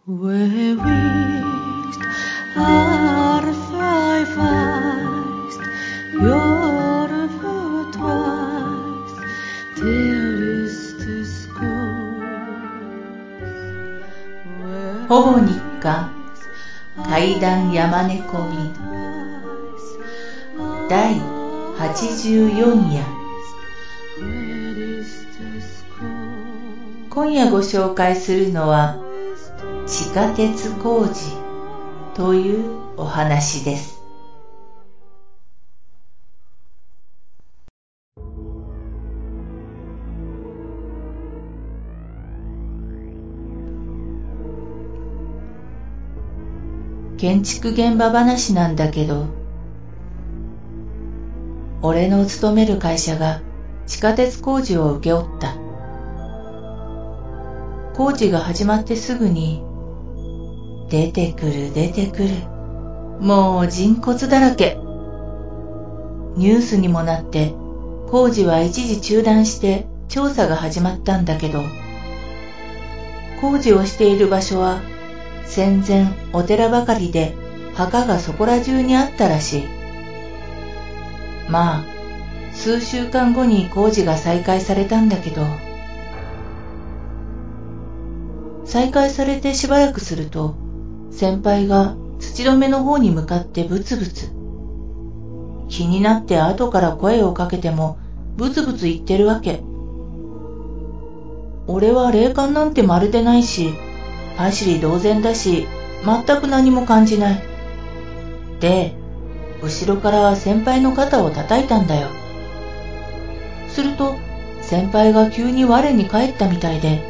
Where wished are five eyes, your twice, there is the school. ほぼ日課怪談山猫便第84夜。今夜ご紹介するのは地下鉄工事というお話です。建築現場話なんだけど、俺の勤める会社が地下鉄工事を請け負った。工事が始まってすぐに出てくる、もう人骨だらけ。ニュースにもなって工事は一時中断して調査が始まったんだけど、工事をしている場所は戦前お寺ばかりで墓がそこら中にあったらしい。まあ数週間後に工事が再開されたんだけど、再開されてしばらくすると先輩が土留めの方に向かってブツブツ。気になって後から声をかけてもブツブツ言ってるわけ。俺は霊感なんてまるでないし、走り同然だし、全く何も感じない。で、後ろから先輩の肩を叩いたんだよ。すると先輩が急に我に返ったみたいで、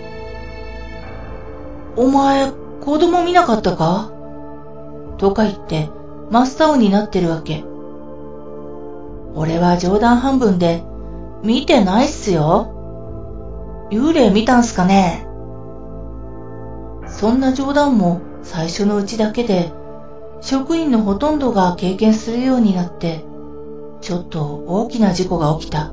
お前子供見なかったかとか言って真っ青になってるわけ。俺は冗談半分で、見てないっすよ。幽霊見たんすかね。そんな冗談も最初のうちだけで、職員のほとんどが経験するようになって、ちょっと大きな事故が起きた。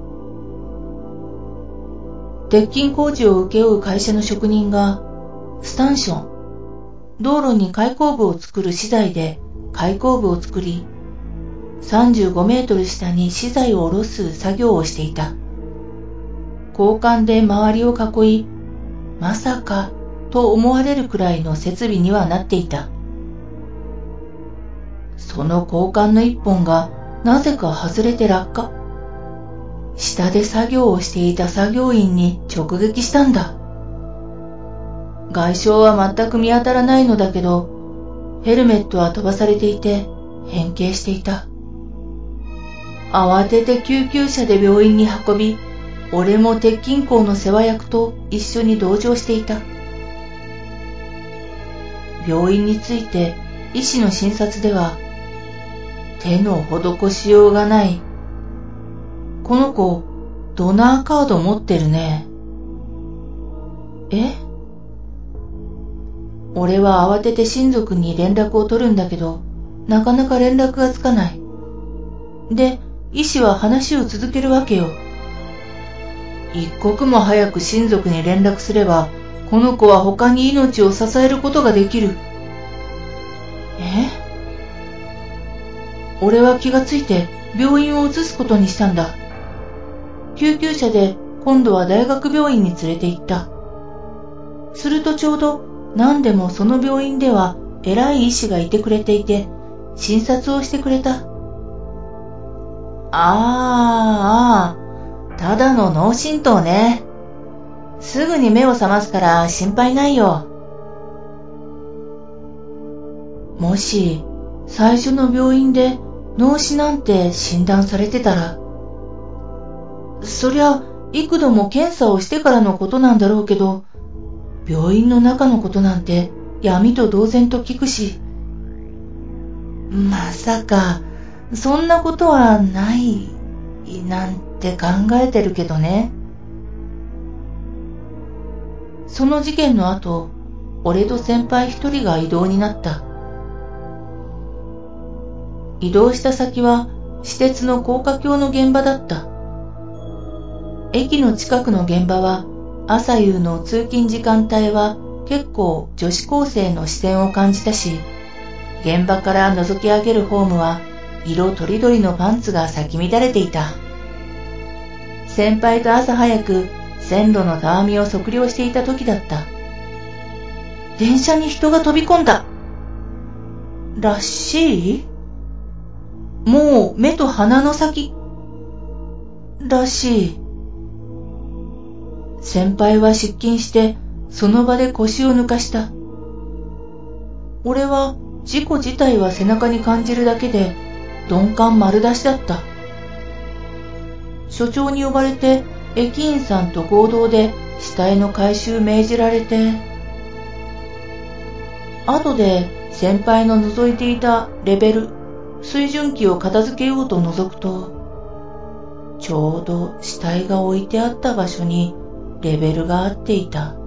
鉄筋工事を請け負う会社の職人が、スタンション、道路に開口部を作る資材で開口部を作り、35メートル下に資材を下ろす作業をしていた。鋼管で周りを囲い、まさかと思われるくらいの設備にはなっていた。その鋼管の一本がなぜか外れて落下。下で作業をしていた作業員に直撃したんだ。外傷は全く見当たらないのだけど、ヘルメットは飛ばされていて変形していた。慌てて救急車で病院に運び、俺も鉄筋工の世話役と一緒に同乗していた。病院に着いて医師の診察では、手の施しようがない。この子、ドナーカード持ってるね。え？俺は慌てて親族に連絡を取るんだけど、なかなか連絡がつかない。で、医師は話を続けるわけよ。一刻も早く親族に連絡すれば、この子は他に命を支えることができる。俺は気がついて病院を移すことにしたんだ。救急車で今度は大学病院に連れて行った。するとちょうど何でもその病院では偉い医師がいてくれていて、診察をしてくれた。ただの脳震盪ね。すぐに目を覚ますから心配ないよ。もし最初の病院で脳死なんて診断されてたら、そりゃ幾度も検査をしてからのことなんだろうけど、病院の中のことなんて闇と同然と聞くし、まさかそんなことはないなんて考えてるけどね。その事件の後、俺と先輩一人が異動になった。移動した先は私鉄の高架橋の現場だった。駅の近くの現場は朝夕の通勤時間帯は結構女子高生の視線を感じたし、現場から覗き上げるホームは色とりどりのパンツが咲き乱れていた。先輩と朝早く線路のたわみを測量していた時だった。電車に人が飛び込んだ。らしい？もう目と鼻の先。らしい。先輩は出勤してその場で腰を抜かした。俺は事故自体は背中に感じるだけで鈍感丸出しだった。所長に呼ばれて駅員さんと合同で死体の回収命じられて、後で先輩の覗いていたレベル、水準器を片付けようと覗くと、ちょうど死体が置いてあった場所にレベルが合っていた。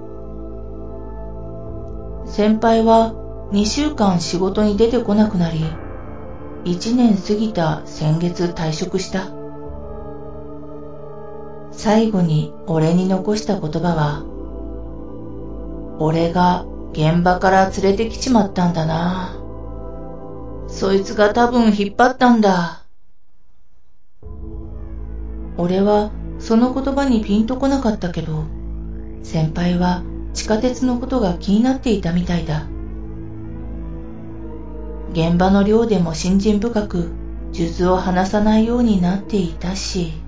先輩は2週間仕事に出てこなくなり、1年過ぎた先月退職した。最後に俺に残した言葉は、俺が現場から連れてきちまったんだな。そいつが多分引っ張ったんだ。俺はその言葉にピンとこなかったけど、先輩は地下鉄のことが気になっていたみたいだ。現場の寮でも信心深く術を話さないようになっていたし、